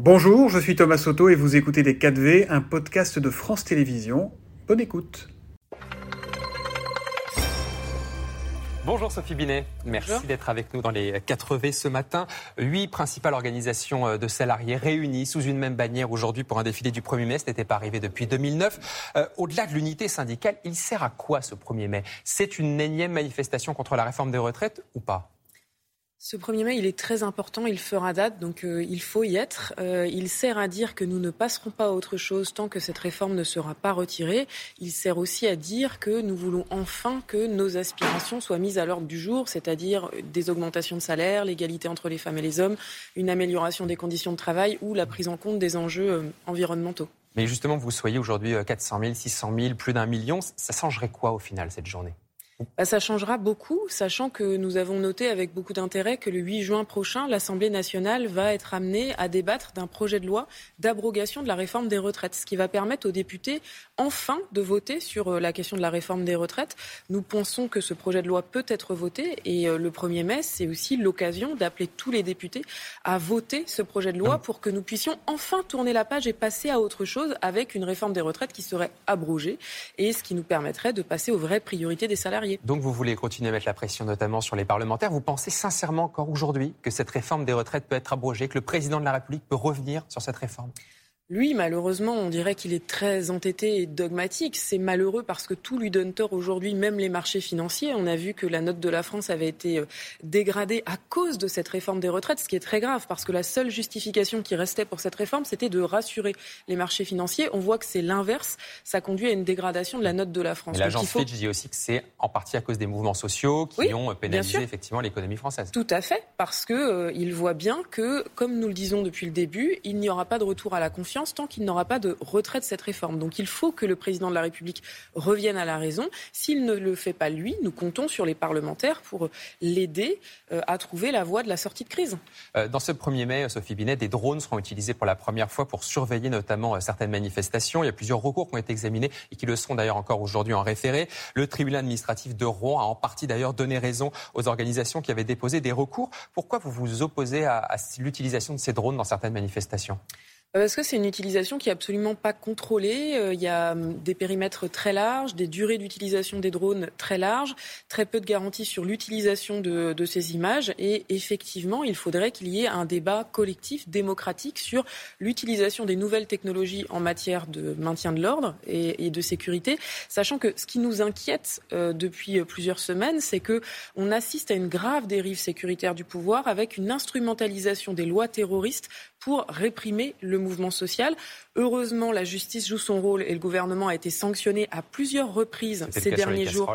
Bonjour, je suis Thomas Soto et vous écoutez Les 4V, un podcast de France Télévisions. Bonne écoute. Bonjour Sophie Binet, merci d'être avec nous dans les 4V ce matin. 8 principales organisations de salariés réunies sous une même bannière aujourd'hui pour un défilé du 1er mai. Ce n'était pas arrivé depuis 2009. Au-delà de l'unité syndicale, il sert à quoi ce 1er mai ? C'est une énième manifestation contre la réforme des retraites ou pas ? Ce 1er mai, il est très important, il fera date, donc il faut y être. Il sert à dire que nous ne passerons pas à autre chose tant que cette réforme ne sera pas retirée. Il sert aussi à dire que nous voulons enfin que nos aspirations soient mises à l'ordre du jour, c'est-à-dire des augmentations de salaire, l'égalité entre les femmes et les hommes, une amélioration des conditions de travail ou la prise en compte des enjeux environnementaux. Mais justement, vous soyez aujourd'hui 400 000, 600 000, plus d'1 million. Ça changerait quoi au final cette journée ? Ça changera beaucoup, sachant que nous avons noté avec beaucoup d'intérêt que le 8 juin prochain, l'Assemblée nationale va être amenée à débattre d'un projet de loi d'abrogation de la réforme des retraites, ce qui va permettre aux députés enfin de voter sur la question de la réforme des retraites. Nous pensons que ce projet de loi peut être voté et le 1er mai, c'est aussi l'occasion d'appeler tous les députés à voter ce projet de loi pour que nous puissions enfin tourner la page et passer à autre chose avec une réforme des retraites qui serait abrogée et ce qui nous permettrait de passer aux vraies priorités des salariés. Donc vous voulez continuer à mettre la pression notamment sur les parlementaires. Vous pensez sincèrement encore aujourd'hui que cette réforme des retraites peut être abrogée, que le président de la République peut revenir sur cette réforme ? Lui, malheureusement, on dirait qu'il est très entêté et dogmatique. C'est malheureux parce que tout lui donne tort aujourd'hui, même les marchés financiers. On a vu que la note de la France avait été dégradée à cause de cette réforme des retraites, ce qui est très grave parce que la seule justification qui restait pour cette réforme, c'était de rassurer les marchés financiers. On voit que c'est l'inverse. Ça conduit à une dégradation de la note de la France. Mais l'agence Fitch dit aussi que c'est en partie à cause des mouvements sociaux qui ont pénalisé effectivement l'économie française. Tout à fait, parce qu'il voit bien que, comme nous le disons depuis le début, il n'y aura pas de retour à la confiance tant qu'il n'aura pas de retrait de cette réforme. Donc il faut que le président de la République revienne à la raison. S'il ne le fait pas lui, nous comptons sur les parlementaires pour l'aider à trouver la voie de la sortie de crise. Dans ce 1er mai, Sophie Binet, des drones seront utilisés pour la première fois pour surveiller notamment certaines manifestations. Il y a plusieurs recours qui ont été examinés et qui le seront d'ailleurs encore aujourd'hui en référé. Le tribunal administratif de Rouen a en partie d'ailleurs donné raison aux organisations qui avaient déposé des recours. Pourquoi vous vous opposez à l'utilisation de ces drones dans certaines manifestations ? Parce que c'est une utilisation qui est absolument pas contrôlée. Il y a des périmètres très larges, des durées d'utilisation des drones très larges, très peu de garanties sur l'utilisation de ces images. Et effectivement, il faudrait qu'il y ait un débat collectif, démocratique, sur l'utilisation des nouvelles technologies en matière de maintien de l'ordre et de sécurité. Sachant que ce qui nous inquiète depuis plusieurs semaines, c'est que on assiste à une grave dérive sécuritaire du pouvoir avec une instrumentalisation des lois terroristes pour réprimer le mouvement social. Heureusement, la justice joue son rôle et le gouvernement a été sanctionné à plusieurs reprises ces derniers jours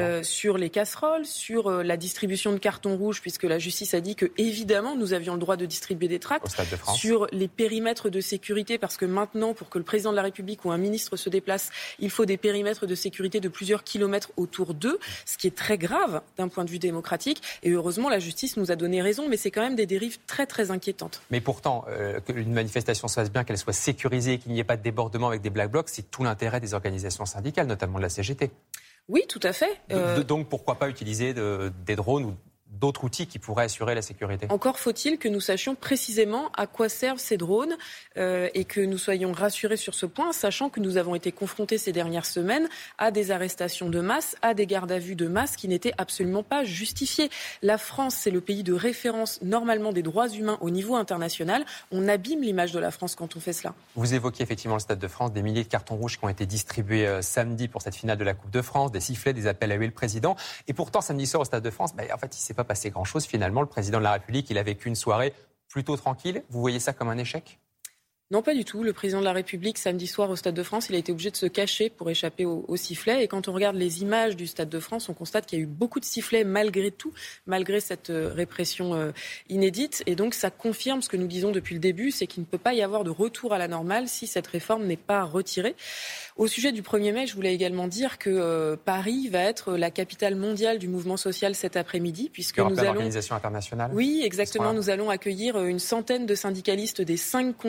sur les casseroles, sur la distribution de cartons rouges, puisque la justice a dit que, évidemment, nous avions le droit de distribuer des tracts, sur les périmètres de sécurité, parce que maintenant, pour que le président de la République ou un ministre se déplace, il faut des périmètres de sécurité de plusieurs kilomètres autour d'eux, ce qui est très grave d'un point de vue démocratique. Et heureusement, la justice nous a donné raison, mais c'est quand même des dérives très, très inquiétantes. Mais pourtant, qu'une manifestation se fasse bien, qu'elle soit sécurisée et qu'il n'y ait pas de débordement avec des Black Blocs, c'est tout l'intérêt des organisations syndicales, notamment de la CGT. Oui, tout à fait. Donc pourquoi pas utiliser des drones ou d'autres outils qui pourraient assurer la sécurité. Encore faut-il que nous sachions précisément à quoi servent ces drones et que nous soyons rassurés sur ce point, sachant que nous avons été confrontés ces dernières semaines à des arrestations de masse, à des gardes à vue de masse qui n'étaient absolument pas justifiées. La France, c'est le pays de référence normalement des droits humains au niveau international. On abîme l'image de la France quand on fait cela. Vous évoquiez effectivement le Stade de France, des milliers de cartons rouges qui ont été distribués samedi pour cette finale de la Coupe de France, des sifflets, des appels à huer le président. Et pourtant, samedi soir au Stade de France, en fait, il ne s'est pas passé grand-chose finalement. Le président de la République, il a vécu une soirée plutôt tranquille. Vous voyez ça comme un échec ? Non, pas du tout. Le président de la République, samedi soir au Stade de France, il a été obligé de se cacher pour échapper au sifflet. Et quand on regarde les images du Stade de France, on constate qu'il y a eu beaucoup de sifflets malgré tout, malgré cette répression inédite. Et donc, ça confirme ce que nous disons depuis le début, c'est qu'il ne peut pas y avoir de retour à la normale si cette réforme n'est pas retirée. Au sujet du 1er mai, je voulais également dire que Paris va être la capitale mondiale du mouvement social cet après-midi, puisque nous allons... Organisation internationale. Oui, exactement. Nous allons accueillir une centaine de syndicalistes des 5 continents.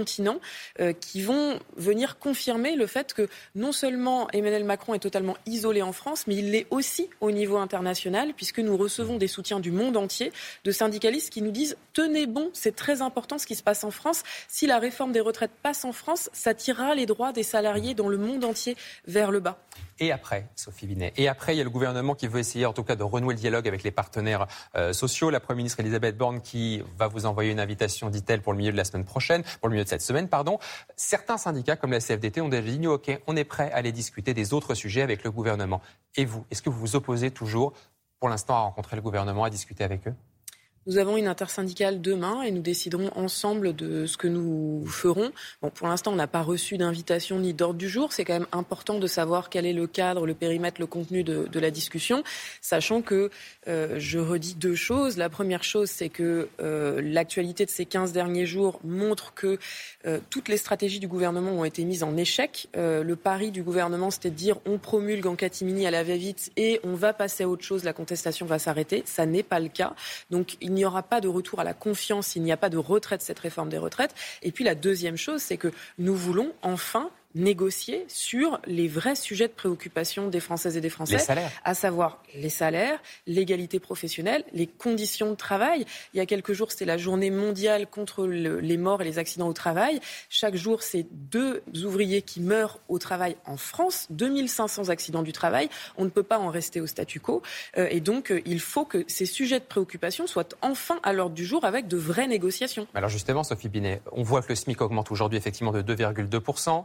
qui vont venir confirmer le fait que non seulement Emmanuel Macron est totalement isolé en France, mais il l'est aussi au niveau international, puisque nous recevons des soutiens du monde entier, de syndicalistes qui nous disent « Tenez bon, c'est très important ce qui se passe en France. Si la réforme des retraites passe en France, ça tirera les droits des salariés dans le monde entier vers le bas. » Et après, Sophie Binet, il y a le gouvernement qui veut essayer en tout cas de renouer le dialogue avec les partenaires sociaux. La Première ministre Elisabeth Borne qui va vous envoyer une invitation, dit-elle, pour le milieu de cette semaine. Certains syndicats comme la CFDT ont déjà dit OK, on est prêt à aller discuter des autres sujets avec le gouvernement. Et vous, est-ce que vous vous opposez toujours pour l'instant à rencontrer le gouvernement, à discuter avec eux ? Nous avons une intersyndicale demain et nous déciderons ensemble de ce que nous ferons. Bon, pour l'instant, on n'a pas reçu d'invitation ni d'ordre du jour. C'est quand même important de savoir quel est le cadre, le périmètre, le contenu de la discussion, sachant que je redis deux choses. La première chose, c'est que l'actualité de ces 15 derniers jours montre que toutes les stratégies du gouvernement ont été mises en échec. Le pari du gouvernement, c'était de dire on promulgue en catimini à la va-vite et on va passer à autre chose, la contestation va s'arrêter. Ça n'est pas le cas. Donc, il n'y aura pas de retour à la confiance, il n'y a pas de retrait de cette réforme des retraites. Et puis la deuxième chose, c'est que nous voulons enfin négocier sur les vrais sujets de préoccupation des Françaises et des Français, les salaires. À savoir les salaires, l'égalité professionnelle, les conditions de travail. Il y a quelques jours, c'était la journée mondiale contre les morts et les accidents au travail. Chaque jour, c'est 2 ouvriers qui meurent au travail en France, 2500 accidents du travail. On ne peut pas en rester au statu quo. Et donc, il faut que ces sujets de préoccupation soient enfin à l'ordre du jour avec de vraies négociations. Alors justement, Sophie Binet, on voit que le SMIC augmente aujourd'hui effectivement de 2,2%,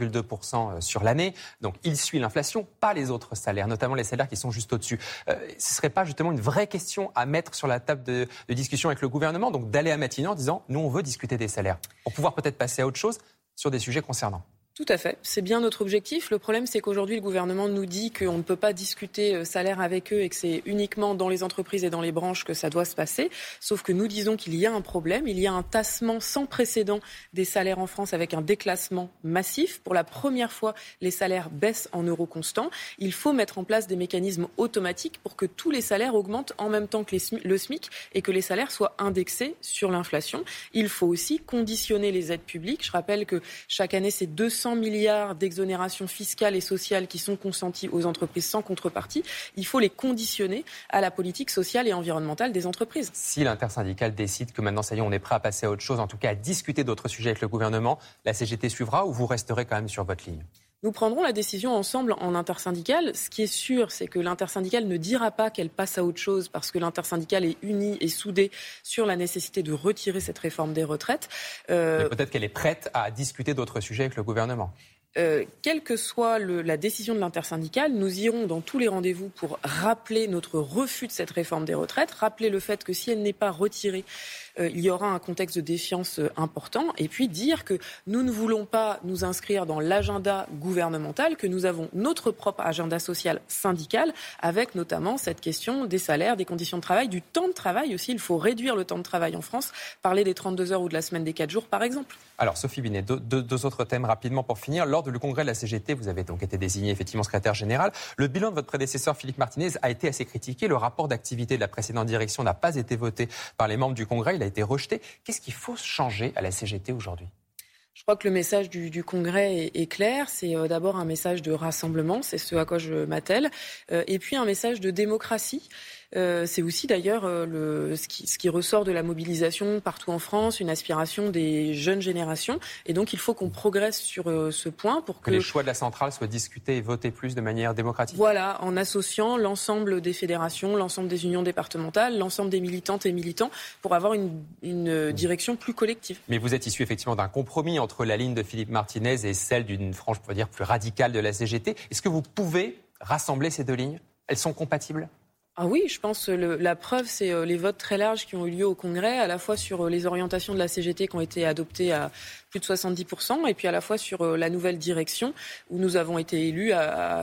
6,2% sur l'année. Donc il suit l'inflation, pas les autres salaires, notamment les salaires qui sont juste au-dessus. Ce ne serait pas justement une vraie question à mettre sur la table de discussion avec le gouvernement, donc d'aller à Matignon en disant « nous, on veut discuter des salaires » pour pouvoir peut-être passer à autre chose sur des sujets concernants. Tout à fait. C'est bien notre objectif. Le problème, c'est qu'aujourd'hui, le gouvernement nous dit qu'on ne peut pas discuter salaire avec eux et que c'est uniquement dans les entreprises et dans les branches que ça doit se passer. Sauf que nous disons qu'il y a un problème. Il y a un tassement sans précédent des salaires en France avec un déclassement massif. Pour la première fois, les salaires baissent en euros constants. Il faut mettre en place des mécanismes automatiques pour que tous les salaires augmentent en même temps que le SMIC et que les salaires soient indexés sur l'inflation. Il faut aussi conditionner les aides publiques. Je rappelle que chaque année, c'est 200 milliards d'exonérations fiscales et sociales qui sont consenties aux entreprises sans contrepartie. Il faut les conditionner à la politique sociale et environnementale des entreprises. Si l'intersyndicale décide que maintenant, ça y est, on est prêt à passer à autre chose, en tout cas à discuter d'autres sujets avec le gouvernement, la CGT suivra ou vous resterez quand même sur votre ligne ? Nous prendrons la décision ensemble en intersyndicale. Ce qui est sûr, c'est que l'intersyndicale ne dira pas qu'elle passe à autre chose parce que l'intersyndicale est unie et soudée sur la nécessité de retirer cette réforme des retraites. Mais peut-être qu'elle est prête à discuter d'autres sujets avec le gouvernement. Quelle que soit la décision de l'intersyndicale, nous irons dans tous les rendez-vous pour rappeler notre refus de cette réforme des retraites, rappeler le fait que si elle n'est pas retirée, il y aura un contexte de défiance important, et puis dire que nous ne voulons pas nous inscrire dans l'agenda gouvernemental, que nous avons notre propre agenda social syndical, avec notamment cette question des salaires, des conditions de travail, du temps de travail aussi. Il faut réduire le temps de travail en France, parler des 32 heures ou de la semaine des 4 jours, par exemple. Alors, Sophie Binet, deux autres thèmes rapidement pour finir. Lors du congrès de la CGT, vous avez donc été désigné effectivement secrétaire général. Le bilan de votre prédécesseur, Philippe Martinez, a été assez critiqué. Le rapport d'activité de la précédente direction n'a pas été voté par les membres du congrès. Il a été rejeté. Qu'est-ce qu'il faut changer à la CGT aujourd'hui ? Je crois que le message du Congrès est clair. C'est d'abord un message de rassemblement, c'est ce à quoi je m'attelle, et puis un message de démocratie. C'est aussi d'ailleurs ce qui ressort de la mobilisation partout en France, une aspiration des jeunes générations. Et donc il faut qu'on progresse sur ce point pour que les choix de la centrale soient discutés et votés plus de manière démocratique. Voilà, en associant l'ensemble des fédérations, l'ensemble des unions départementales, l'ensemble des militantes et militants pour avoir une direction plus collective. Mais vous êtes issu effectivement d'un compromis entre la ligne de Philippe Martinez et celle d'une frange, on peut dire, plus radicale de la CGT. Est-ce que vous pouvez rassembler ces deux lignes ? Elles sont compatibles ? Ah oui, je pense la preuve, c'est les votes très larges qui ont eu lieu au Congrès, à la fois sur les orientations de la CGT qui ont été adoptées à plus de 70%, et puis à la fois sur la nouvelle direction, où nous avons été élus à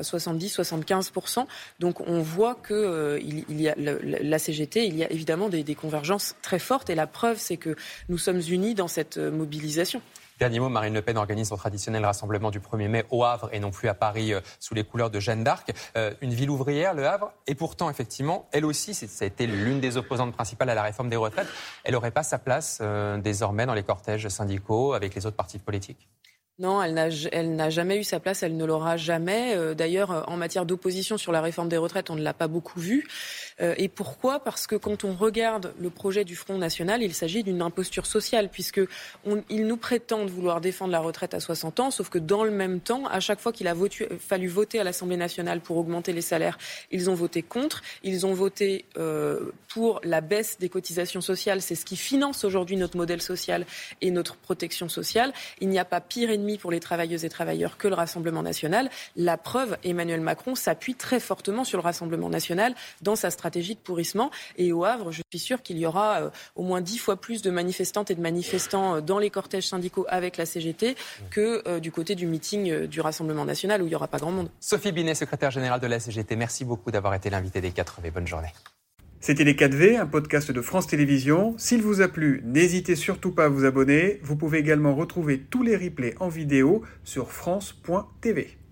70-75%. Donc on voit que il y a la CGT, il y a évidemment des convergences très fortes, et la preuve, c'est que nous sommes unis dans cette mobilisation. Dernier mot, Marine Le Pen organise son traditionnel rassemblement du 1er mai au Havre et non plus à Paris sous les couleurs de Jeanne d'Arc. Une ville ouvrière, le Havre, et pourtant, effectivement, elle aussi, ça a été l'une des opposantes principales à la réforme des retraites. Elle n'aurait pas sa place désormais dans les cortèges syndicaux avec les autres partis politiques? Non, elle n'a jamais eu sa place, elle ne l'aura jamais. D'ailleurs, en matière d'opposition sur la réforme des retraites, on ne l'a pas beaucoup vue. Et pourquoi ? Parce que quand on regarde le projet du Front National, il s'agit d'une imposture sociale, puisqu'ils nous prétendent vouloir défendre la retraite à 60 ans, sauf que dans le même temps, à chaque fois qu'il a fallu voter à l'Assemblée nationale pour augmenter les salaires, ils ont voté contre. Ils ont voté pour la baisse des cotisations sociales. C'est ce qui finance aujourd'hui notre modèle social et notre protection sociale. Il n'y a pas pire ennemi pour les travailleuses et travailleurs que le Rassemblement national. La preuve, Emmanuel Macron s'appuie très fortement sur le Rassemblement national dans sa stratégie de pourrissement. Et au Havre, je suis sûre qu'il y aura au moins 10 fois plus de manifestantes et de manifestants dans les cortèges syndicaux avec la CGT que du côté du meeting du Rassemblement national où il n'y aura pas grand monde. Sophie Binet, secrétaire générale de la CGT, merci beaucoup d'avoir été l'invitée des 4V. Bonne journée. C'était Les 4V, un podcast de France Télévisions. S'il vous a plu, n'hésitez surtout pas à vous abonner. Vous pouvez également retrouver tous les replays en vidéo sur France.tv.